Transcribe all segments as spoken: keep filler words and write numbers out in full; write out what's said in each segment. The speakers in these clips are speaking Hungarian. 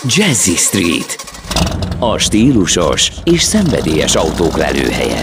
Jazzy Street, a stílusos és szenvedélyes autók lelőhelye.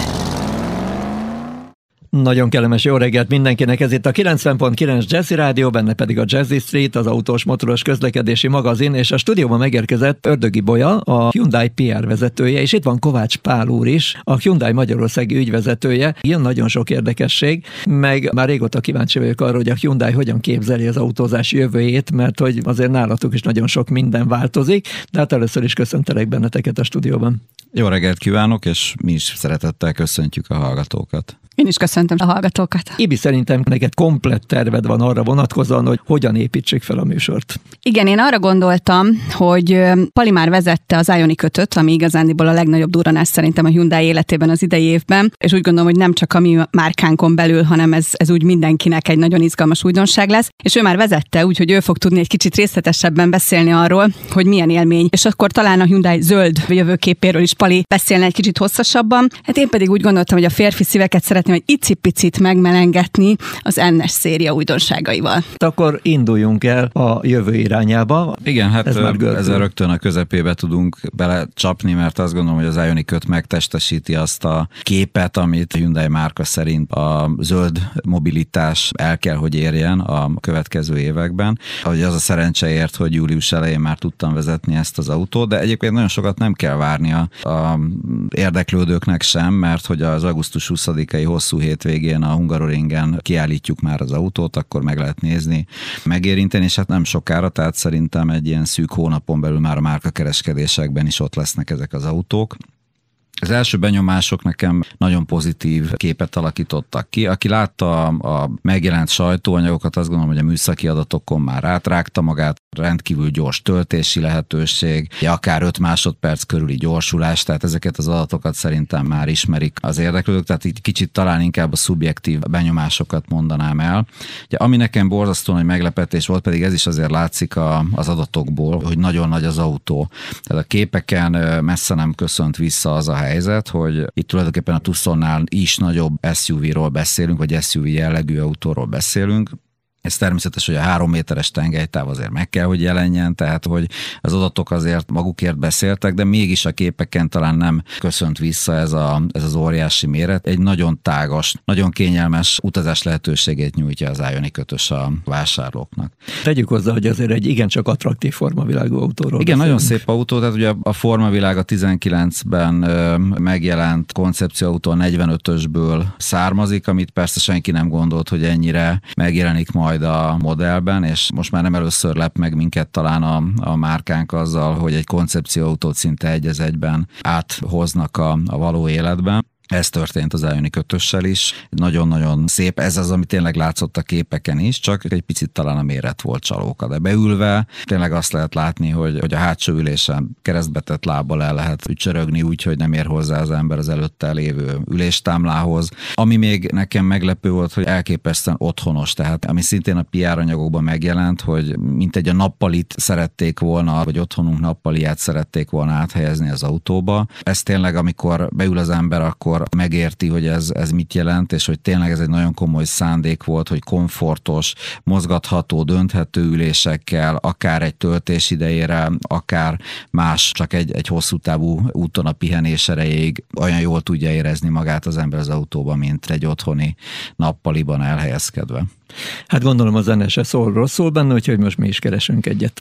Nagyon kellemes jó reggelt mindenkinek, ez itt a kilencven pont kilenc Jazzy Rádió, benne pedig a Jazzy Street, az autós motoros közlekedési magazin, és a stúdióban megérkezett Ördögi Bolya, a Hyundai pé er vezetője, és itt van Kovács Pál úr is, a Hyundai Magyarországi ügyvezetője. Ilyen nagyon sok érdekesség, meg már régóta kíváncsi vagyok arra, hogy a Hyundai hogyan képzeli az autózás jövőjét, mert hogy azért nálatok is nagyon sok minden változik, de hát először is köszöntelek benneteket a stúdióban. Jó reggelt kívánok, és mi is szeretettel köszöntjük a hallgatókat. Én is köszöntöm a hallgatókat. Ibi, szerintem neked komplett terved van arra vonatkozóan, hogy hogyan építsük fel a műsort. Igen, én arra gondoltam, hogy Pali már vezette az Ioniq ötöt, ami igazándiból a legnagyobb durranás szerintem a Hyundai életében az idei évben, és úgy gondolom, hogy nem csak a mi márkánkon belül, hanem ez, ez úgy mindenkinek egy nagyon izgalmas újdonság lesz, és ő már vezette, úgyhogy ő fog tudni egy kicsit részletesebben beszélni arról, hogy milyen élmény, és akkor talán a Hyundai zöld jövőképéről is Pali beszélne egy kicsit hosszasabban. Hát én pedig úgy gondoltam, hogy a férfi szíveket szeretném egy icipicit megmelengetni az en es széria újdonságaival. Akkor induljunk el a jövő irányába. Igen, hát Ez ezzel rögtön a közepébe tudunk belecsapni, mert azt gondolom, hogy az Ioniq öt megtestesíti azt a képet, amit a Hyundai márka szerint a zöld mobilitás el kell, hogy érjen a következő években. Ahogy az a szerencse ért, hogy július elején már tudtam vezetni ezt az autót, de egyébként nagyon sokat nem kell várnia a érdeklődőknek sem, mert hogy az augusztus huszadikai hosszú hétvégén a Hungaroringen kiállítjuk már az autót, akkor meg lehet nézni, megérinteni, és hát nem sokára, tehát szerintem egy ilyen szűk hónapon belül már a márkakereskedésekben is ott lesznek ezek az autók. Az első benyomások nekem nagyon pozitív képet alakítottak ki. Aki látta a megjelent sajtóanyagokat, azt gondolom, hogy a műszaki adatokon már átrágta magát, rendkívül gyors töltési lehetőség, akár öt másodperc körüli gyorsulás, tehát ezeket az adatokat szerintem már ismerik az érdeklődők, tehát így kicsit talán inkább a szubjektív benyomásokat mondanám el. Ugye, ami nekem borzasztó nagy meglepetés volt, pedig ez is azért látszik a, az adatokból, hogy nagyon nagy az autó. Tehát a képeken messze nem köszönt vissza az a helyzet, hogy itt tulajdonképpen a Tucsonnál is nagyobb es u vé-ról beszélünk, vagy es u vé jellegű autóról beszélünk. Ez természetes, hogy a három méteres tengelytáv azért meg kell, hogy jelenjen, tehát hogy az adatok azért magukért beszéltek, de mégis a képeken talán nem köszönt vissza ez, a, ez az óriási méret. Egy nagyon tágas, nagyon kényelmes utazás lehetőségét nyújtja az Ioniq ötös a vásárlóknak. Tegyük hozzá, hogy azért egy igencsak attraktív formavilágú autóról Igen, beszélünk. Nagyon szép autó, tehát ugye a formavilág a tizenkilencben megjelent koncepcióautó a negyvenötösből származik, amit persze senki nem gondolt, hogy ennyire megjelenik majd a modellben, és most már nem először lep meg minket talán a, a márkánk azzal, hogy egy koncepcióautót szinte egy az egyben áthoznak a, a való életben. Ez történt az Ioniq ötössel is. Nagyon-nagyon szép. Ez az, ami tényleg látszott a képeken is, csak egy picit talán a méret volt csalóka. De beülve tényleg azt lehet látni, hogy, hogy a hátsó ülésen keresztbetett lábbal el lehet ücsörögni úgy, hogy nem ér hozzá az ember az előtte lévő üléstámlához. Ami még nekem meglepő volt, hogy elképesztően otthonos, tehát ami szintén a pé er anyagokban megjelent, hogy mintegy a nappalit szerették volna, vagy otthonunk nappaliát szerették volna áthelyezni az autóba. Ez tényleg, amikor beül az ember, akkor megérti, hogy ez, ez mit jelent, és hogy tényleg ez egy nagyon komoly szándék volt, hogy komfortos, mozgatható, dönthető ülésekkel, akár egy töltés idejére, akár más, csak egy, egy hosszú távú úton a pihenés erejéig olyan jól tudja érezni magát az ember az autóban, mint egy otthoni nappaliban elhelyezkedve. Hát gondolom az en es e szól rosszul benne, úgyhogy most mi is keresünk egyet.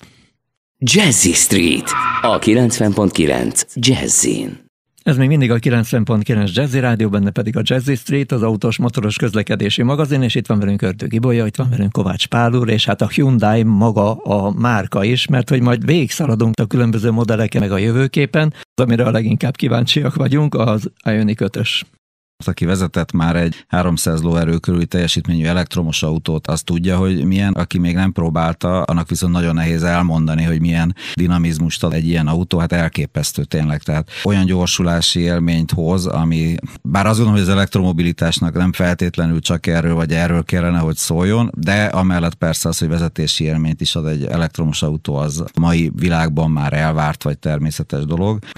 Jazzy Street, a kilencven pont kilenc Jazzin. Ez még mindig a kilencven pont kilenc Jazzy Rádió, benne pedig a Jazzy Street, az autós motoros közlekedési magazin, és itt van velünk Ördögi Bolya, itt van velünk Kovács Pál úr, és hát a Hyundai maga a márka is, mert hogy majd végigszaladunk a különböző modelleken meg a jövőképen, az, amire a leginkább kíváncsiak vagyunk, az Ioniq ötös. Aki vezetett már egy háromszáz lóerő körüli teljesítményű elektromos autót, az tudja, hogy milyen, aki még nem próbálta, annak viszont nagyon nehéz elmondani, hogy milyen dinamizmust ad egy ilyen autó, hát elképesztő tényleg, tehát olyan gyorsulási élményt hoz, ami, bár azt gondolom, hogy az elektromobilitásnak nem feltétlenül csak erről vagy erről kellene, hogy szóljon, de amellett persze az, hogy vezetési élményt is ad egy elektromos autó, az mai világban már elvárt vagy természetes dolog.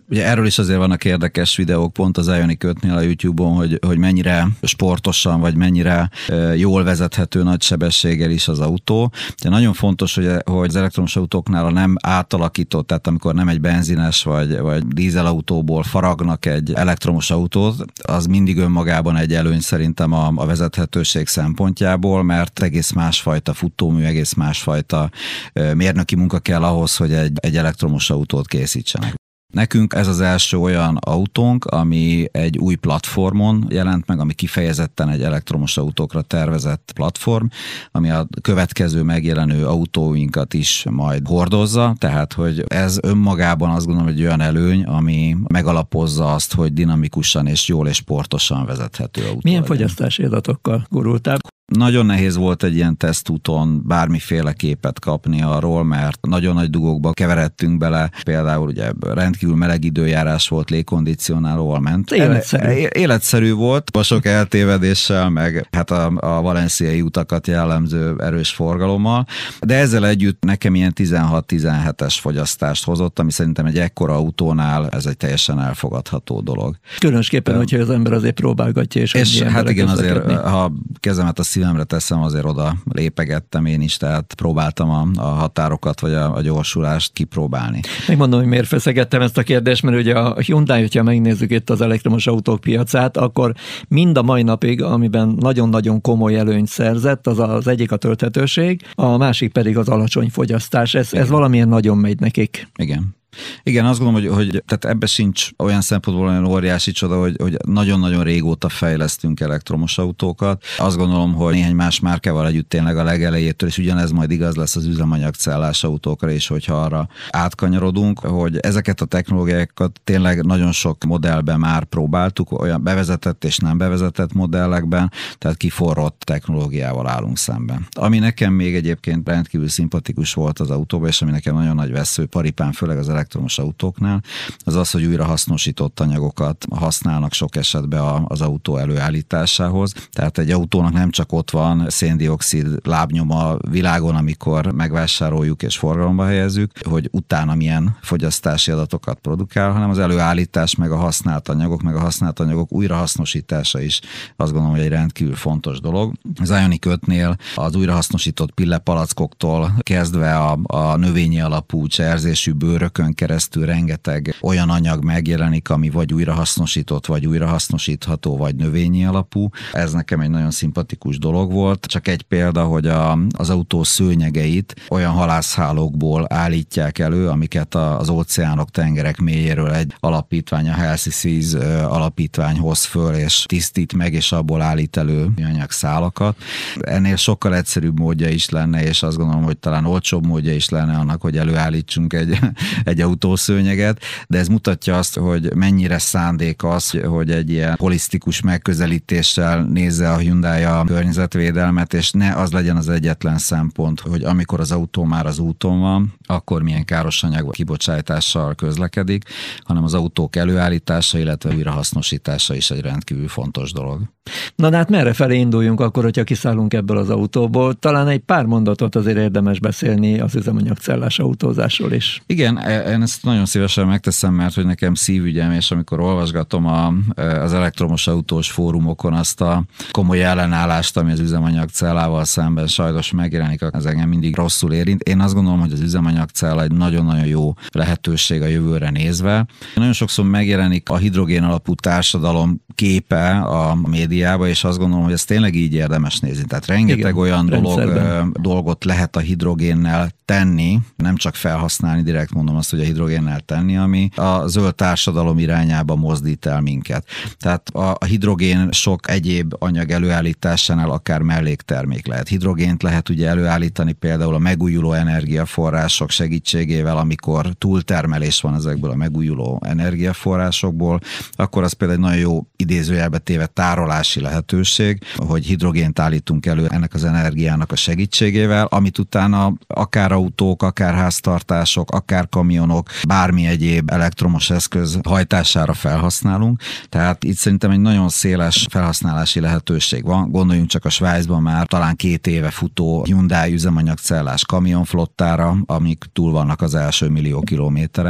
Ugye erről is azért vannak érdekes videók pont az Ioniq ötnél a YouTube-on, hogy, hogy mennyire sportosan, vagy mennyire jól vezethető nagy sebességgel is az autó. De nagyon fontos, hogy, hogy az elektromos autóknál a nem átalakított, tehát amikor nem egy benzines vagy, vagy dízelautóból faragnak egy elektromos autót, az mindig önmagában egy előny szerintem a, a vezethetőség szempontjából, mert egész másfajta futómű, egész másfajta mérnöki munka kell ahhoz, hogy egy, egy elektromos autót készítsenek. Nekünk ez az első olyan autónk, ami egy új platformon jelent meg, ami kifejezetten egy elektromos autókra tervezett platform, ami a következő megjelenő autóinkat is majd hordozza, tehát hogy ez önmagában azt gondolom, hogy olyan előny, ami megalapozza azt, hogy dinamikusan és jól és sportosan vezethető autó. Milyen legyen. fogyasztási adatokkal gurultál? Nagyon nehéz volt egy ilyen tesztúton bármiféle képet kapni arról, mert nagyon nagy dugókba keveredtünk bele, például ugye rendkívül meleg időjárás volt, légkondicionálóval ment. Életszerű. Életszerű volt, a sok eltévedéssel, meg hát a, a valenciai utakat jellemző erős forgalommal, de ezzel együtt nekem ilyen tizenhat-tizenhetes fogyasztást hozott, ami szerintem egy ekkora autónál ez egy teljesen elfogadható dolog. Különösképpen, hogyha az ember azért próbálgatja, és, és hát igen, azért, ha kezemet a szívemre teszem, azért oda lépegettem én is, tehát próbáltam a, a határokat, vagy a, a gyorsulást kipróbálni. Megmondom, hogy miért feszegettem ezt a kérdést, mert ugye a Hyundai, hogyha megnézzük itt az elektromos autók piacát, akkor mind a mai napig, amiben nagyon-nagyon komoly előnyt szerzett, az az egyik a tölthetőség, a másik pedig az alacsony fogyasztás. Ez, ez valamilyen nagyon megy nekik. Igen. Igen, azt gondolom, hogy, hogy tehát ebbe sincs olyan szempontból olyan óriási csoda, hogy, hogy nagyon-nagyon régóta fejlesztünk elektromos autókat. Azt gondolom, hogy néhány más márkával együtt tényleg a legelejétől, és ugyanez majd igaz lesz az üzemanyagcellás autókra is, hogyha arra átkanyarodunk, hogy ezeket a technológiákat tényleg nagyon sok modellben már próbáltuk, olyan bevezetett és nem bevezetett modellekben, tehát kiforrott technológiával állunk szemben. Ami nekem még egyébként rendkívül szimpatikus volt az autóban, és ami nekem nagyon nagy vesző paripán, főleg az elektromos autóknál, az az, hogy újrahasznosított anyagokat használnak sok esetben az autó előállításához. Tehát egy autónak nem csak ott van széndioxid lábnyoma világon, amikor megvásároljuk és forgalomba helyezzük, hogy utána milyen fogyasztási adatokat produkál, hanem az előállítás, meg a használt anyagok, meg a használt anyagok újrahasznosítása is azt gondolom, hogy egy rendkívül fontos dolog. Az Ioniq ötnél az újrahasznosított pillepalackoktól kezdve a, a növényi alapú cserzésű bőrökön keresztül rengeteg olyan anyag megjelenik, ami vagy újrahasznosított, vagy újrahasznosítható, vagy növényi alapú. Ez nekem egy nagyon szimpatikus dolog volt. Csak egy példa, hogy a, az autó szőnyegeit olyan halászhálókból állítják elő, amiket az óceánok, tengerek mélyéről egy alapítvány, a Healthy Seas alapítvány hoz föl, és tisztít meg, és abból állít elő anyagszálakat. Ennél sokkal egyszerűbb módja is lenne, és azt gondolom, hogy talán olcsóbb módja is lenne annak, hogy előállítsunk egy egy autószőnyeget, de ez mutatja azt, hogy mennyire szándék az, hogy egy ilyen holisztikus megközelítéssel nézze a Hyundai a környezetvédelmet, és ne az legyen az egyetlen szempont, hogy amikor az autó már az úton van, akkor milyen káros anyag kibocsátással közlekedik, hanem az autók előállítása, illetve újrahasznosítása is egy rendkívül fontos dolog. Na de hát merre felé induljunk akkor, hogyha kiszállunk ebből az autóból? Talán egy pár mondatot azért érdemes beszélni az üzemanyagcellás autózásról is. Igen, én ezt nagyon szívesen megteszem, mert hogy nekem szívügyem, és amikor olvasgatom a, az elektromos autós fórumokon azt a komoly ellenállást, ami az üzemanyagcellával szemben sajnos megjelenik, az engem mindig rosszul érint. Én azt gondolom, hogy az üzemanyagcella egy nagyon-nagyon jó lehetőség a jövőre nézve. Nagyon sokszor megjelenik a hidrogén alapú társadalom képe a médiába, és azt gondolom, hogy ez tényleg így érdemes nézni. Tehát rengeteg Igen, olyan dolog, dolgot lehet a hidrogénnel tenni, nem csak felhasználni, direkt mondom azt, hogy a hidrogénnel tenni, ami a zöld társadalom irányába mozdít el minket. Tehát a, a hidrogén sok egyéb anyag előállításánál akár melléktermék lehet. Hidrogént lehet ugye előállítani például a megújuló energiaforrások segítségével, amikor túltermelés van ezekből a megújuló energiaforrásokból, akkor az például egy nagyon jó idézőjelbe téve tárolási lehetőség, hogy hidrogént állítunk elő ennek az energiának a segítségével, amit utána akár autók, akár háztartások, akár kamionok, bármi egyéb elektromos eszköz hajtására felhasználunk. Tehát itt szerintem egy nagyon széles felhasználási lehetőség van. Gondoljunk csak a Svájcban már talán két éve futó Hyundai üzemanyagcellás kamionflottára, amik túl vannak az első millió kilométeren.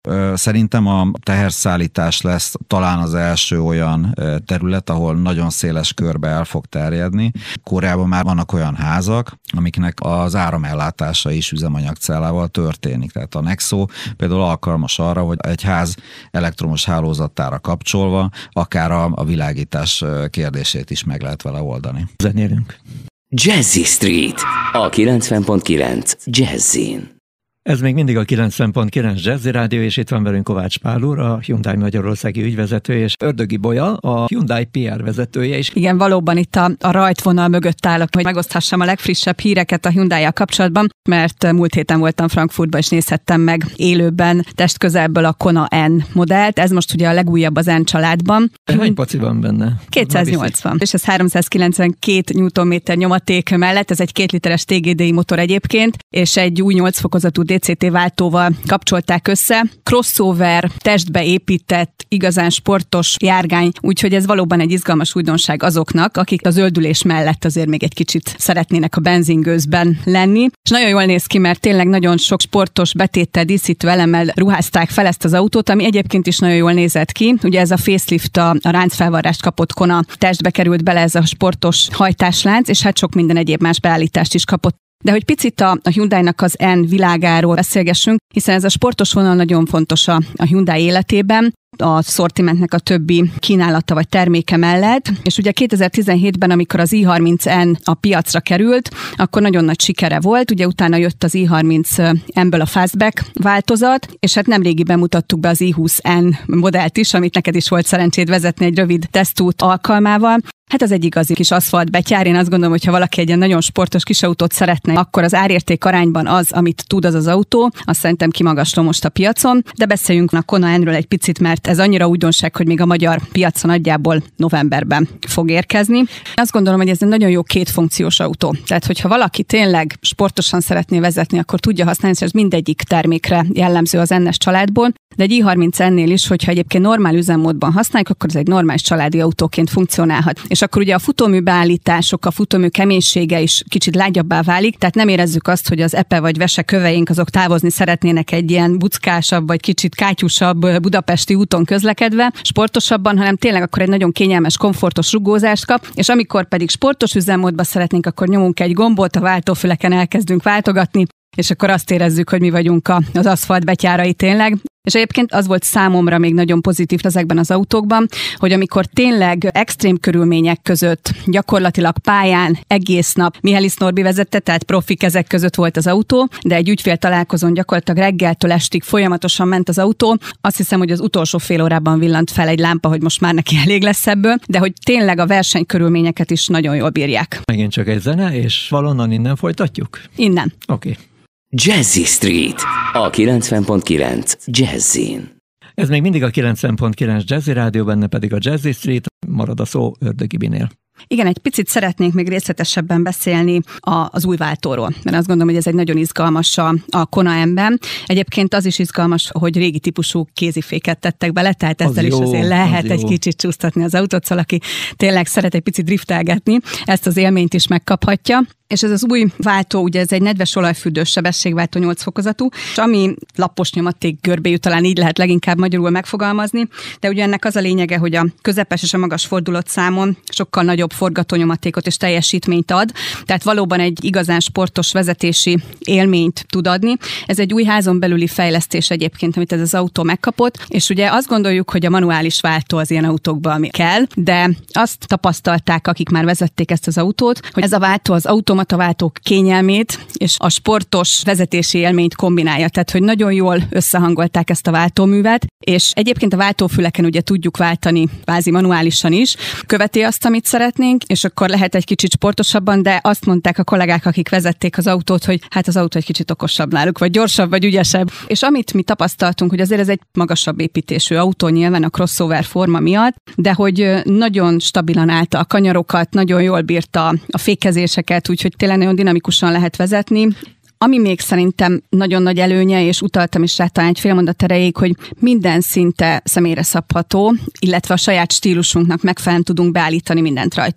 Szerintem a teherszállítás lesz talán az első olyan terület, ahol nagyon széles körbe el fog terjedni. Koreában már vannak olyan házak, amiknek az áramellátása is üzemanyagcellával történik. Tehát a Nexo például alkalmas arra, hogy egy ház elektromos hálózatára kapcsolva akár a, a világítás kérdését is meg lehet vele oldani. Zenélünk. Jazzy Street, a kilencven pont kilenc Jazzin. Ez még mindig a kilencven pont kilenc Jazzy Rádió, és itt van velünk Kovács Pál úr, a Hyundai Magyarországi ügyvezetője, és Ördögi Bolya, a Hyundai pé er vezetője is. Igen, valóban itt a, a rajtvonal mögött állok, hogy megoszthassam a legfrissebb híreket a Hyundai-jal kapcsolatban, mert múlt héten voltam Frankfurtban, és nézhettem meg élőben testközelből a Kona N modellt. Ez most ugye a legújabb az N családban. Hány paci van benne? kétszáznyolcvan. És ez háromszázkilencvenkét newtonméter nyomaték mellett, ez egy két literes té gé dé i motor egyébként, és egy új nyolc fokozatú dé cé té váltóval kapcsolták össze. Crossover, testbe épített, igazán sportos járgány, úgyhogy ez valóban egy izgalmas újdonság azoknak, akik az zöldülés mellett azért még egy kicsit szeretnének a benzingőzben lenni. És nagyon jól néz ki, mert tényleg nagyon sok sportos betéttel, díszítő elemmel ruházták fel ezt az autót, ami egyébként is nagyon jól nézett ki. Ugye ez a facelift, a, a ráncfelvarrást kapott Kona testbe került bele ez a sportos hajtáslánc, és hát sok minden egyéb más beállítást is kapott. De hogy picit a, a Hyundai-nak az N világáról beszélgessünk, hiszen ez a sportos vonal nagyon fontos a, a Hyundai életében, a szortimentnek a többi kínálata vagy terméke mellett, és ugye kétezer-tizenhétben, amikor az i harminc N a piacra került, akkor nagyon nagy sikere volt, ugye utána jött az i harminc N-ből a Fastback változat, és hát nemrégiben mutattuk be az i húsz N modellt is, amit neked is volt szerencséd vezetni egy rövid tesztút alkalmával. Hát az egy igazi kis aszfaltbetyár. Én azt gondolom, hogy ha valaki egy ilyen nagyon sportos kisautót szeretne, akkor az árérték arányban az, amit tud az az autó, azt szerintem kimagasló most a piacon. De beszéljünk a Kona N-ről egy picit, mert ez annyira újdonság, hogy még a magyar piacon nagyjából novemberben fog érkezni. Azt gondolom, hogy ez egy nagyon jó kétfunkciós autó. Tehát, hogyha valaki tényleg sportosan szeretné vezetni, akkor tudja használni, és ez mindegyik termékre jellemző az N-es családból. De egy i harminc N-nél is, hogyha egyébként normál üzemmódban használjuk, akkor ez egy normális családi autóként funkcionálhat. És akkor ugye a futómű beállítások, a futómű keménysége is kicsit lágyabbá válik, tehát nem érezzük azt, hogy az epe vagy vese köveink azok távozni szeretnének egy ilyen buckásabb vagy kicsit kátyusabb budapesti úton közlekedve, sportosabban, hanem tényleg akkor egy nagyon kényelmes, komfortos rugózást kap, és amikor pedig sportos üzemmódba szeretnénk, akkor nyomunk egy gombot, a váltófüleken elkezdünk váltogatni, és akkor azt érezzük, hogy mi vagyunk az aszfalt betyárai tényleg. És egyébként az volt számomra még nagyon pozitív ezekben az autókban, hogy amikor tényleg extrém körülmények között, gyakorlatilag pályán, egész nap Mihális Norbi vezette, tehát profi kezek között volt az autó, de egy ügyfél találkozón gyakorlatilag reggeltől estig folyamatosan ment az autó. Azt hiszem, hogy az utolsó fél órában villant fel egy lámpa, hogy most már neki elég lesz ebből, de hogy tényleg a versenykörülményeket is nagyon jól bírják. Megint csak egy zene, és valonnan innen folytatjuk? Innen. Oké. Okay. Jazzy Street, a kilencven pont kilenc Jazzin. Ez még mindig a kilencven pont kilenc Jazzy Rádió, benne pedig a Jazzy Street, marad a szó Ördögi Binél. Igen, egy picit szeretnék még részletesebben beszélni a, az új váltóról, mert azt gondolom, hogy ez egy nagyon izgalmas a, a Kona N-ben. Egyébként az is izgalmas, hogy régi típusú kéziféket tettek bele, tehát ezzel is azért lehet egy kicsit csúsztatni az autót, szóval aki tényleg szeret egy picit driftelgetni, ezt az élményt is megkaphatja. És ez az új váltó, ugye ez egy nedves olajfürdős sebességváltó nyolc fokozatú, és ami lapos nyomaték görbéjű, talán így lehet leginkább magyarul megfogalmazni, de ugye ennek az a lényege, hogy a közepes és a magas fordulatszámon sokkal nagyobb forgatónyomatékot és teljesítményt ad, tehát valóban egy igazán sportos vezetési élményt tud adni. Ez egy új házon belüli fejlesztés egyébként, amit ez az autó megkapott, és ugye azt gondoljuk, hogy a manuális váltó az ilyen autókban, ami kell, de azt tapasztalták, akik már vezették ezt az autót, hogy ez a váltó az automataváltók kényelmét és a sportos vezetési élményt kombinálja, tehát hogy nagyon jól összehangolták ezt a váltóművet, és egyébként a váltófüleken ugye tudjuk váltani kvázi manuálisan is, követi azt, amit szeretnénk, és akkor lehet egy kicsit sportosabban, de azt mondták a kollégák, akik vezették az autót, hogy hát az autó egy kicsit okosabb náluk, vagy gyorsabb, vagy ügyesebb. És amit mi tapasztaltunk, hogy azért ez egy magasabb építésű autó nyilván a crossover forma miatt, de hogy nagyon stabilan állta a kanyarokat, nagyon jól bírta a fékezéseket, úgyhogy tényleg nagyon dinamikusan lehet vezetni. Ami még szerintem nagyon nagy előnye, és utaltam is rá talán egy fél mondat erejéig, hogy minden szinte személyre szabható, illetve a saját stílusunknak megfelelően tudunk beállítani mindent rajta.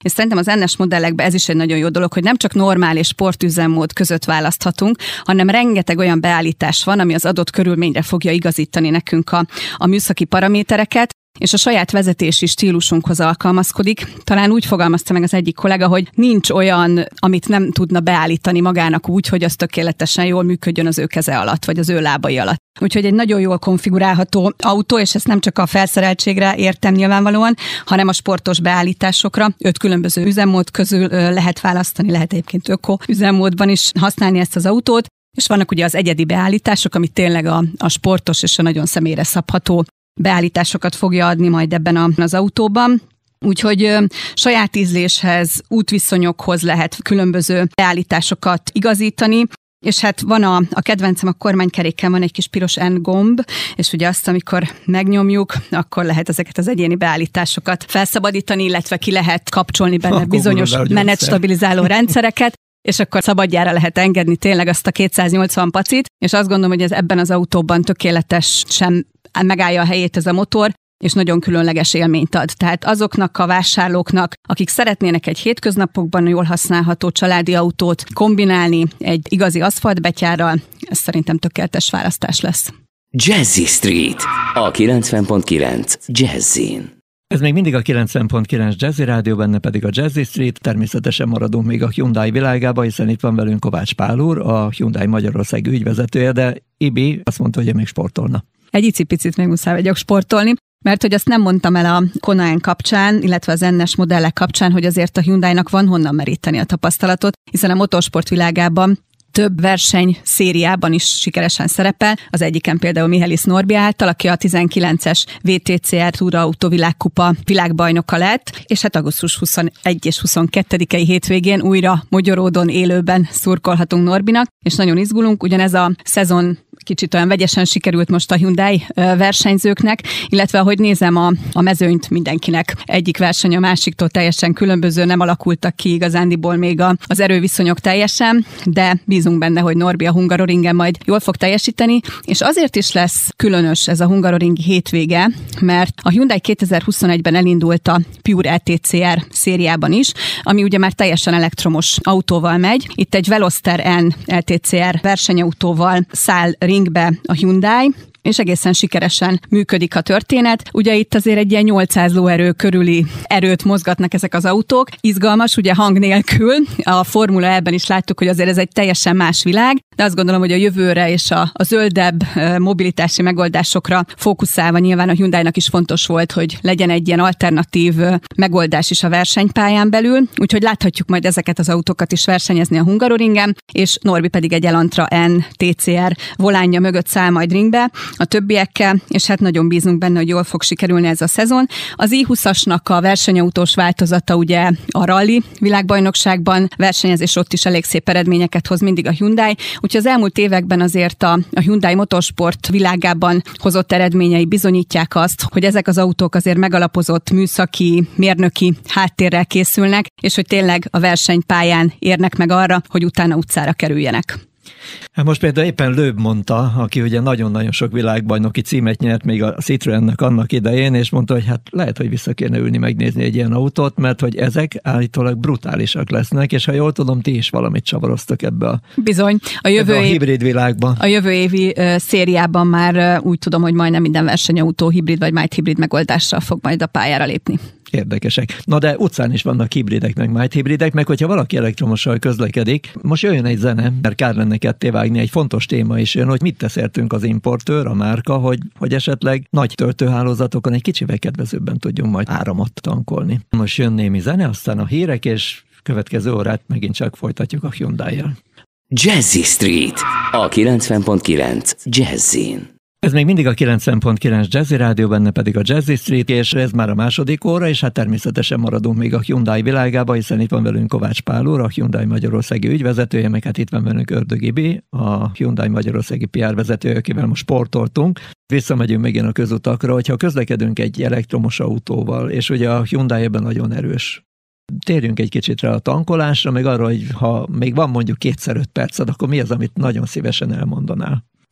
és szerintem az en-es modellekben ez is egy nagyon jó dolog, hogy nem csak normál és sportüzemmód között választhatunk, hanem rengeteg olyan beállítás van, ami az adott körülményre fogja igazítani nekünk a, a műszaki paramétereket, és a saját vezetési stílusunkhoz alkalmazkodik. Talán úgy fogalmazta meg az egyik kollega, hogy nincs olyan, amit nem tudna beállítani magának úgy, hogy az tökéletesen jól működjön az ő keze alatt, vagy az ő lábai alatt. Úgyhogy egy nagyon jól konfigurálható autó, és ezt nem csak a felszereltségre értem nyilvánvalóan, hanem a sportos beállításokra. Öt különböző üzemmód közül lehet választani, lehet egyébként öko üzemmódban is használni ezt az autót, és vannak ugye az egyedi beállítások, amit tényleg a, a sportos és a nagyon személyre szabható beállításokat fogja adni majd ebben a, az autóban. Úgyhogy ö, saját ízléshez, útviszonyokhoz lehet különböző beállításokat igazítani, és hát van a, a kedvencem, a kormánykeréken van egy kis piros N gomb, és ugye azt, amikor megnyomjuk, akkor lehet ezeket az egyéni beállításokat felszabadítani, illetve ki lehet kapcsolni benne akkor bizonyos menetstabilizáló rendszereket, és akkor szabadjára lehet engedni tényleg azt a kétszáznyolcvan pacit, és azt gondolom, hogy ez ebben az autóban tökéletesen megállja a helyét ez a motor, és nagyon különleges élményt ad. Tehát azoknak a vásárlóknak, akik szeretnének egy hétköznapokban jól használható családi autót kombinálni egy igazi aszfaltbetyárral, ez szerintem tökéletes választás lesz. Jazzy Street, a kilencven pont kilenc Jazzin. Ez még mindig a kilencven pont kilenc Jazzy Rádió, benne pedig a Jazzy Street. Természetesen maradunk még a Hyundai világába, hiszen itt van velünk Kovács Pál úr, a Hyundai Magyarország ügyvezetője, de Ibi azt mondta, hogy ő még sportolna. Egy icipicit még muszáj vagyok sportolni, mert hogy azt nem mondtam el a Kona kapcsán, illetve az en-es modellek kapcsán, hogy azért a Hyundainak van honnan meríteni a tapasztalatot, hiszen a motorsport világában több verseny szériában is sikeresen szerepel. Az egyiken például Mihály Norbi által, aki a tizenkilences vé té cé er Túra Autó világkupa világbajnoka lett, és hát augusztus huszonegyedike és huszonkettedikei hétvégén újra Mogyoródon élőben szurkolhatunk Norbinak, és nagyon izgulunk, ugyanez a szezon kicsit olyan vegyesen sikerült most a Hyundai versenyzőknek, illetve ahogy nézem a, a mezőnyt mindenkinek egyik verseny a másiktól teljesen különböző, nem alakultak ki igazándiból még a, az erőviszonyok teljesen, de bízunk benne, hogy Norbi a Hungaroringen majd jól fog teljesíteni, és azért is lesz különös ez a hungaroringi hétvége, mert a Hyundai kétezer-huszonegyben elindult a Pure é té cé er szériában is, ami ugye már teljesen elektromos autóval megy. Itt egy Veloster N é té cé er versenyautóval száll ringbe a Hyundai, és egészen sikeresen működik a történet. Ugye itt azért egy ilyen nyolcszáz lóerő körüli erőt mozgatnak ezek az autók. Izgalmas, ugye hang nélkül. A Formula E-ben is láttuk, hogy azért ez egy teljesen más világ, de azt gondolom, hogy a jövőre és a, a zöldebb mobilitási megoldásokra fókuszálva nyilván a Hyundainak is fontos volt, hogy legyen egy ilyen alternatív megoldás is a versenypályán belül. Úgyhogy láthatjuk majd ezeket az autókat is versenyezni a Hungaroringen, és Norbi pedig egy Elantra N té cé er volánja mögött száll majd ringbe a többiekkel, és hát nagyon bízunk benne, hogy jól fog sikerülni ez a szezon. Az i húszasnak a versenyautós változata ugye a rally világbajnokságban versenyez, és ott is elég szép eredményeket hoz mindig a Hyundai. Úgyhogy az elmúlt években azért a, a Hyundai motorsport világában hozott eredményei bizonyítják azt, hogy ezek az autók azért megalapozott műszaki, mérnöki háttérrel készülnek, és hogy tényleg a versenypályán érnek meg arra, hogy utána utcára kerüljenek. Hát most például éppen Löb mondta, aki ugye nagyon-nagyon sok világbajnoki címet nyert még a Citroennek annak idején, és mondta, hogy hát lehet, hogy vissza kéne ülni megnézni egy ilyen autót, mert hogy ezek állítólag brutálisak lesznek, és ha jól tudom, ti is valamit csavaroztak ebbe a, Bizony, a jövő a év, hibrid világban. A jövő évi uh, szériában már uh, úgy tudom, hogy majdnem minden versenyautó hibrid vagy mild hibrid megoldással fog majd a pályára lépni. Érdekesek. Na de utcán is vannak hibridek, meg mild hibridek, meg hogyha valaki elektromossal közlekedik, most jöjjön egy zene, mert kár lenne ketté vágni, egy fontos téma is jön, hogy mit tesz értünk az importőr, a márka, hogy, hogy esetleg nagy töltőhálózatokon egy kicsivel kedvezőbben tudjunk majd áramot tankolni. Most jön némi zene, aztán a hírek, és következő órát megint csak folytatjuk a Hyundai-jal. Jazzy Street, a kilencven pont kilenc Jazzin. Ez még mindig a kilencven pont kilenc Jazzy Rádió, benne pedig a Jazzy Street, és ez már a második óra, és hát természetesen maradunk még a Hyundai világába, hiszen itt van velünk Kovács Pál úr, a Hyundai Magyarországi ügyvezetője, meg hát itt van velünk Ördög Ibi, a Hyundai Magyarországi pé er vezetője, akivel most sportoltunk. Visszamegyünk megint a közutakra, hogyha közlekedünk egy elektromos autóval, és ugye a Hyundai ebben nagyon erős. Térjünk egy kicsit rá a tankolásra, meg arra, hogy ha még van mondjuk kétszer öt perced, akkor mi az, amit nagyon szívesen elmondanál?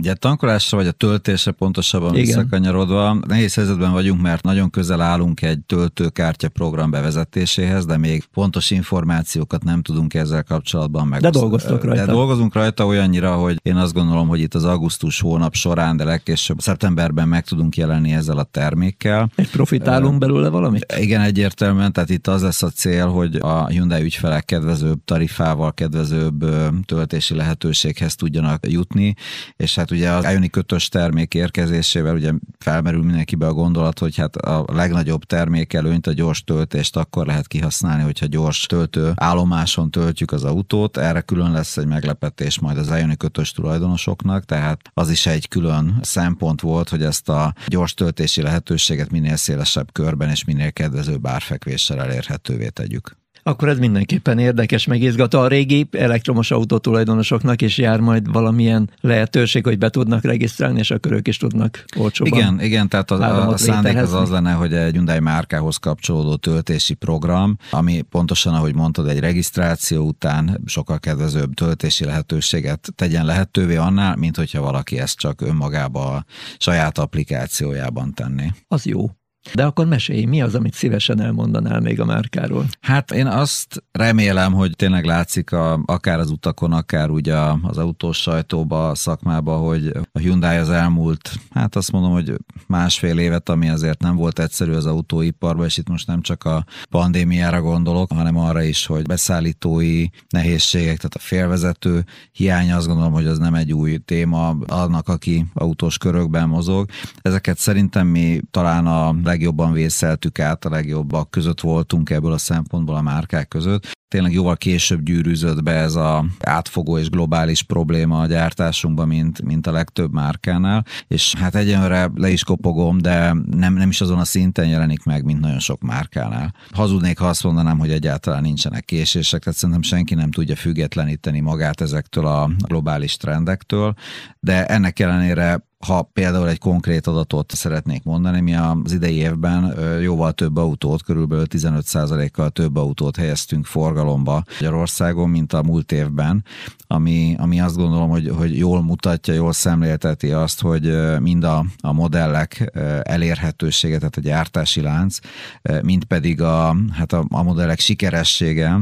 Ugye tankolásra vagy a töltésre pontosabban Igen. visszakanyarodva, nehéz helyzetben vagyunk, mert nagyon közel állunk egy töltőkártya program bevezetéséhez, de még pontos információkat nem tudunk ezzel kapcsolatban meg. De dolgoztok rajta. De dolgozunk rajta olyannyira, hogy én azt gondolom, hogy itt az augusztus hónap során, de legkésőbb szeptemberben meg tudunk jelenni ezzel a termékkel. Egy profitálunk belőle valamit? Igen, egyértelműen, tehát itt az lesz a cél, hogy a Hyundai ügyfelek kedvezőbb tarifával, kedvezőbb töltési lehetőséghez tudjanak jutni, és hát ugye az Ioniq ötös termék érkezésével ugye felmerül mindenkibe a gondolat, hogy hát a legnagyobb termékelőnyt, a gyors töltést akkor lehet kihasználni, hogyha gyors töltő állomáson töltjük az autót. Erre külön lesz egy meglepetés majd az Ioniq ötös tulajdonosoknak, tehát az is egy külön szempont volt, hogy ezt a gyors töltési lehetőséget minél szélesebb körben és minél kedvezőbb árfekvéssel elérhetővé tegyük. Akkor ez mindenképpen érdekes, megizgató. A régi elektromos autó tulajdonosoknak is jár majd valamilyen lehetőség, hogy be tudnak regisztrálni, és akkor ők is tudnak olcsóban. Igen, igen, tehát a, a szándék az az lenne, hogy egy Hyundai márkához kapcsolódó töltési program, ami pontosan, ahogy mondtad, egy regisztráció után sokkal kedvezőbb töltési lehetőséget tegyen lehetővé annál, mint hogyha valaki ezt csak önmagába a saját applikációjában tenné. Az jó. De akkor mesélj, mi az, amit szívesen elmondanál még a márkáról? Hát én azt remélem, hogy tényleg látszik a, akár az utakon, akár ugye az autós sajtóba, a szakmába, hogy a Hyundai az elmúlt, hát azt mondom, hogy másfél évet, ami azért nem volt egyszerű az autóiparban, és itt most nem csak a pandémiára gondolok, hanem arra is, hogy beszállítói nehézségek, tehát a félvezető hiány, azt gondolom, hogy az nem egy új téma annak, aki autós körökben mozog. Ezeket szerintem mi talán a legjobban vészeltük át, a legjobbak között voltunk ebből a szempontból a márkák között. Tényleg jóval később gyűrűzött be ez az átfogó és globális probléma a gyártásunkban, mint, mint a legtöbb márkánál, és hát egyenlőre le is kopogom, de nem, nem is azon a szinten jelenik meg, mint nagyon sok márkánál. Hazudnék, ha azt mondanám, hogy egyáltalán nincsenek késések, tehát szerintem senki nem tudja függetleníteni magát ezektől a globális trendektől, de ennek ellenére, ha például egy konkrét adatot szeretnék mondani, mi az idei évben jóval több autót, körülbelül tizenöt százalékkal több autót helyeztünk forgalomba Magyarországon, mint a múlt évben, ami, ami azt gondolom, hogy, hogy jól mutatja, jól szemlélteti azt, hogy mind a, a modellek elérhetősége, tehát a gyártási lánc, mind pedig a, hát a, a modellek sikeressége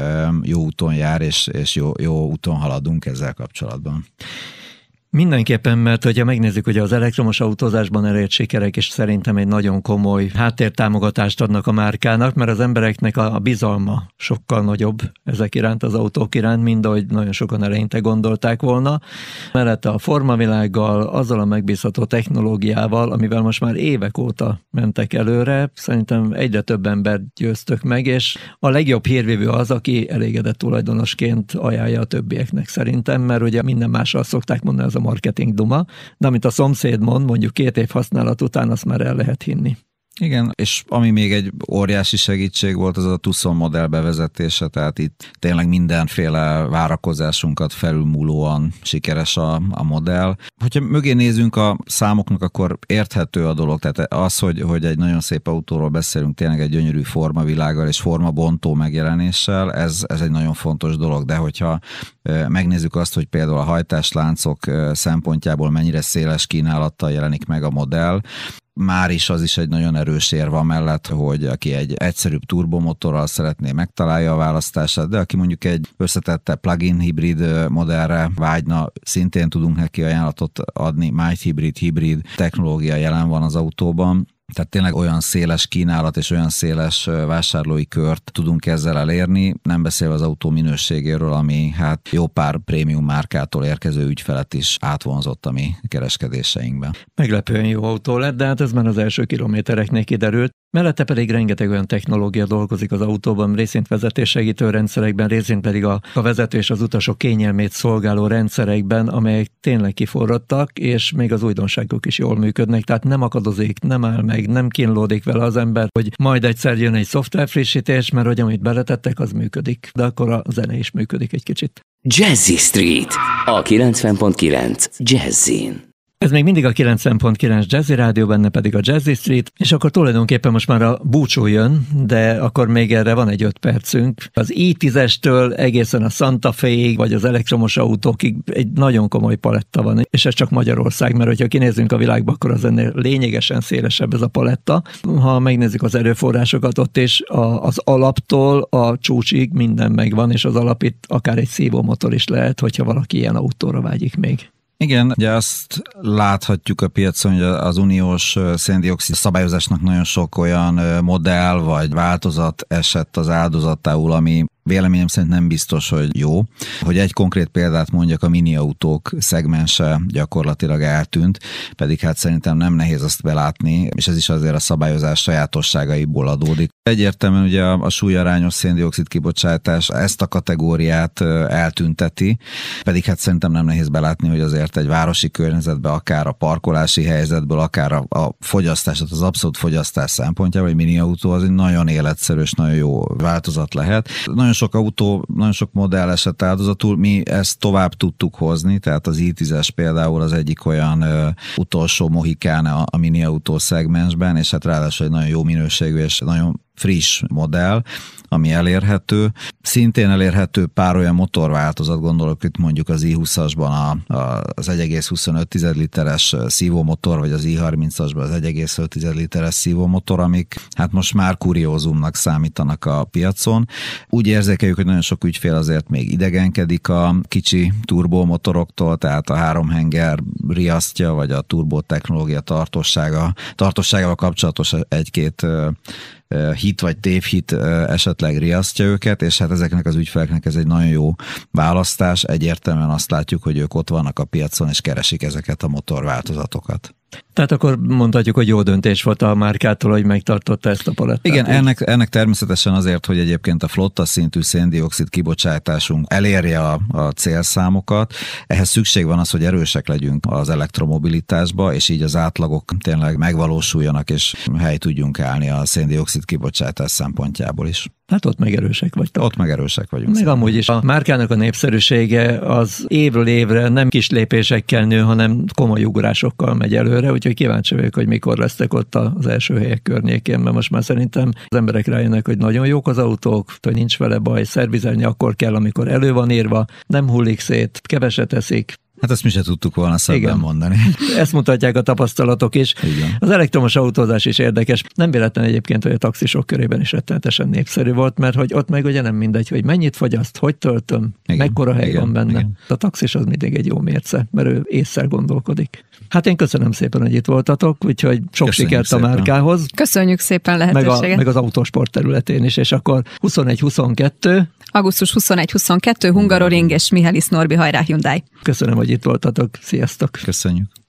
jó úton jár, és, és jó, jó úton haladunk ezzel kapcsolatban. Mindenképpen, mert hogyha megnézzük, hogy az elektromos autózásban elért sikerek, és szerintem egy nagyon komoly háttértámogatást adnak a márkának, mert az embereknek a bizalma sokkal nagyobb ezek iránt, az autók iránt, mint ahogy nagyon sokan eleinte gondolták volna. Mellette a formavilággal, azzal a megbízható technológiával, amivel most már évek óta mentek előre, szerintem egyre több embert győztök meg, és a legjobb hírvívő az, aki elégedett tulajdonosként ajánlja a többieknek szerintem, mert ugye minden mással szokták mondani, az a marketing duma, de amit a szomszéd mond, mondjuk két év használat után, azt már el lehet hinni. Igen, és ami még egy óriási segítség volt, az a Tucson modell bevezetése, tehát itt tényleg mindenféle várakozásunkat felülmúlóan sikeres a, a modell. Hogyha mögé nézünk a számoknak, akkor érthető a dolog, tehát az, hogy, hogy egy nagyon szép autóról beszélünk, tényleg egy gyönyörű formavilággal és formabontó megjelenéssel, ez, ez egy nagyon fontos dolog, de hogyha megnézzük azt, hogy például a hajtásláncok szempontjából mennyire széles kínálattal jelenik meg a modell, már is az is egy nagyon erős érv amellett, hogy aki egy egyszerűbb turbomotorral szeretné, megtalálja a választását, de aki mondjuk egy összetette plug-in hibrid modellre vágyna, szintén tudunk neki ajánlatot adni, mild hibrid, hibrid technológia jelen van az autóban. Tehát tényleg olyan széles kínálat és olyan széles vásárlói kört tudunk ezzel elérni, nem beszélve az autó minőségéről, ami hát jó pár prémium márkától érkező ügyfelet is átvonzott a mi kereskedéseinkben. Meglepően jó autó lett, de hát ez már az első kilométereknél kiderült. Mellette pedig rengeteg olyan technológia dolgozik az autóban, részint vezetéssegítő rendszerekben, részint pedig a, a vezető és az utasok kényelmét szolgáló rendszerekben, amelyek tényleg kiforrottak, és még az újdonságok is jól működnek, tehát nem akadozik, nem áll meg, nem kínlódik vele az ember, hogy majd egyszer jön egy szoftver frissítés, mert hogy amit beletettek, az működik, de akkor a zene is működik egy kicsit. Jazzy Street, a kilencven pont kilenc Jazzin. Ez még mindig a kilencven pont kilenc Jazzy Rádió, benne pedig a Jazzy Street, és akkor tulajdonképpen most már a búcsú jön, de akkor még erre van egy öt percünk. Az i tízestől egészen a Santa Fe-ig, vagy az elektromos autókig egy nagyon komoly paletta van, és ez csak Magyarország, mert hogyha kinézzünk a világba, akkor az ennél lényegesen szélesebb ez a paletta. Ha megnézzük az erőforrásokat, ott is a, az alaptól a csúcsig minden megvan, és az alap itt akár egy szívómotor is lehet, hogyha valaki ilyen autóra vágyik még. Igen, ugye azt láthatjuk a piacon, hogy az uniós szén-dioxid szabályozásnak nagyon sok olyan modell vagy változat esett az áldozatául, ami véleményem szerint nem biztos, hogy jó. Hogy egy konkrét példát mondjak, a mini autók szegmense gyakorlatilag eltűnt, pedig hát szerintem nem nehéz azt belátni, és ez is azért a szabályozás sajátosságaiból adódik. Egyértelműen ugye a, a súlyarányos szén-dioxid kibocsátás ezt a kategóriát eltünteti, pedig hát szerintem nem nehéz belátni, hogy azért egy városi környezetben, akár a parkolási helyzetből, akár a, a fogyasztás, az abszolút fogyasztás szempontjából, egy mini autó az egy nagyon életszerű és nagyon jó változat lehet. Nagyon sok autó, nagyon sok modell esett áldozatul, mi ezt tovább tudtuk hozni, tehát az i tízes például az egyik olyan ö, utolsó mohikán a, a mini autó szegmensben, és hát ráadásul egy nagyon jó minőségű és nagyon friss modell, ami elérhető. Szintén elérhető pár olyan motorváltozat, gondolok itt mondjuk az i húszasban a, a, az egy egész huszonöt literes szívómotor, vagy az i harmincasban az egy egész öt literes szívómotor, amik hát most már kuriózumnak számítanak a piacon. Úgy érzékeljük, hogy nagyon sok ügyfél azért még idegenkedik a kicsi turbomotoroktól, tehát a háromhenger riasztja, vagy a turbotechnológia tartósága, tartóságával kapcsolatos egy-két hit vagy tévhit esetleg riasztja őket, és hát ezeknek az ügyfeleknek ez egy nagyon jó választás. Egyértelműen azt látjuk, hogy ők ott vannak a piacon, és keresik ezeket a motorváltozatokat. Tehát akkor mondhatjuk, hogy jó döntés volt a márkától, hogy megtartotta ezt a palettát. Igen, ennek, ennek természetesen azért, hogy egyébként a flotta szintű szén-dioxid kibocsátásunk elérje a, a célszámokat. Ehhez szükség van az, hogy erősek legyünk az elektromobilitásba, és így az átlagok tényleg megvalósuljanak, és hely tudjunk állni a szén-dioxid kibocsátás szempontjából is. Hát ott meg erősek vagytok. Ott meg erősek vagyunk. Meg amúgy is a márkának a népszerűsége az évről évre nem kis lépésekkel nő, hanem komoly ugrásokkal megy előre, úgyhogy kíváncsi vagyok, hogy mikor lesztek ott az első helyek környékén, mert most már szerintem az emberek rájönnek, hogy nagyon jók az autók, hogy nincs vele baj, szervizelni akkor kell, amikor elő van írva, nem hullik szét, keveset eszik. Hát ezt mi se tudtuk volna szebben mondani. Ezt mutatják a tapasztalatok is. Igen. Az elektromos autózás is érdekes. Nem véletlen egyébként, hogy a taxisok körében is rettenetesen népszerű volt, mert hogy ott meg ugye nem mindegy, hogy mennyit fogyaszt, hogy töltöm, igen, mekkora hely igen, van benne. Igen. A taxis az mindig egy jó mérce, mert ő ésszel gondolkodik. Hát én köszönöm szépen, hogy itt voltatok, úgyhogy sok Köszönjük sikert szépen. A márkához. Köszönjük szépen lehetőséget. Meg, a, meg az autósport területén is, és akkor huszonegy huszonkettő augusztus huszonegy huszonkettő Hungaroring és Mihály Norbi, hajrá Hyundai. Köszönöm, hogy itt voltatok. Sziasztok! Köszönjük!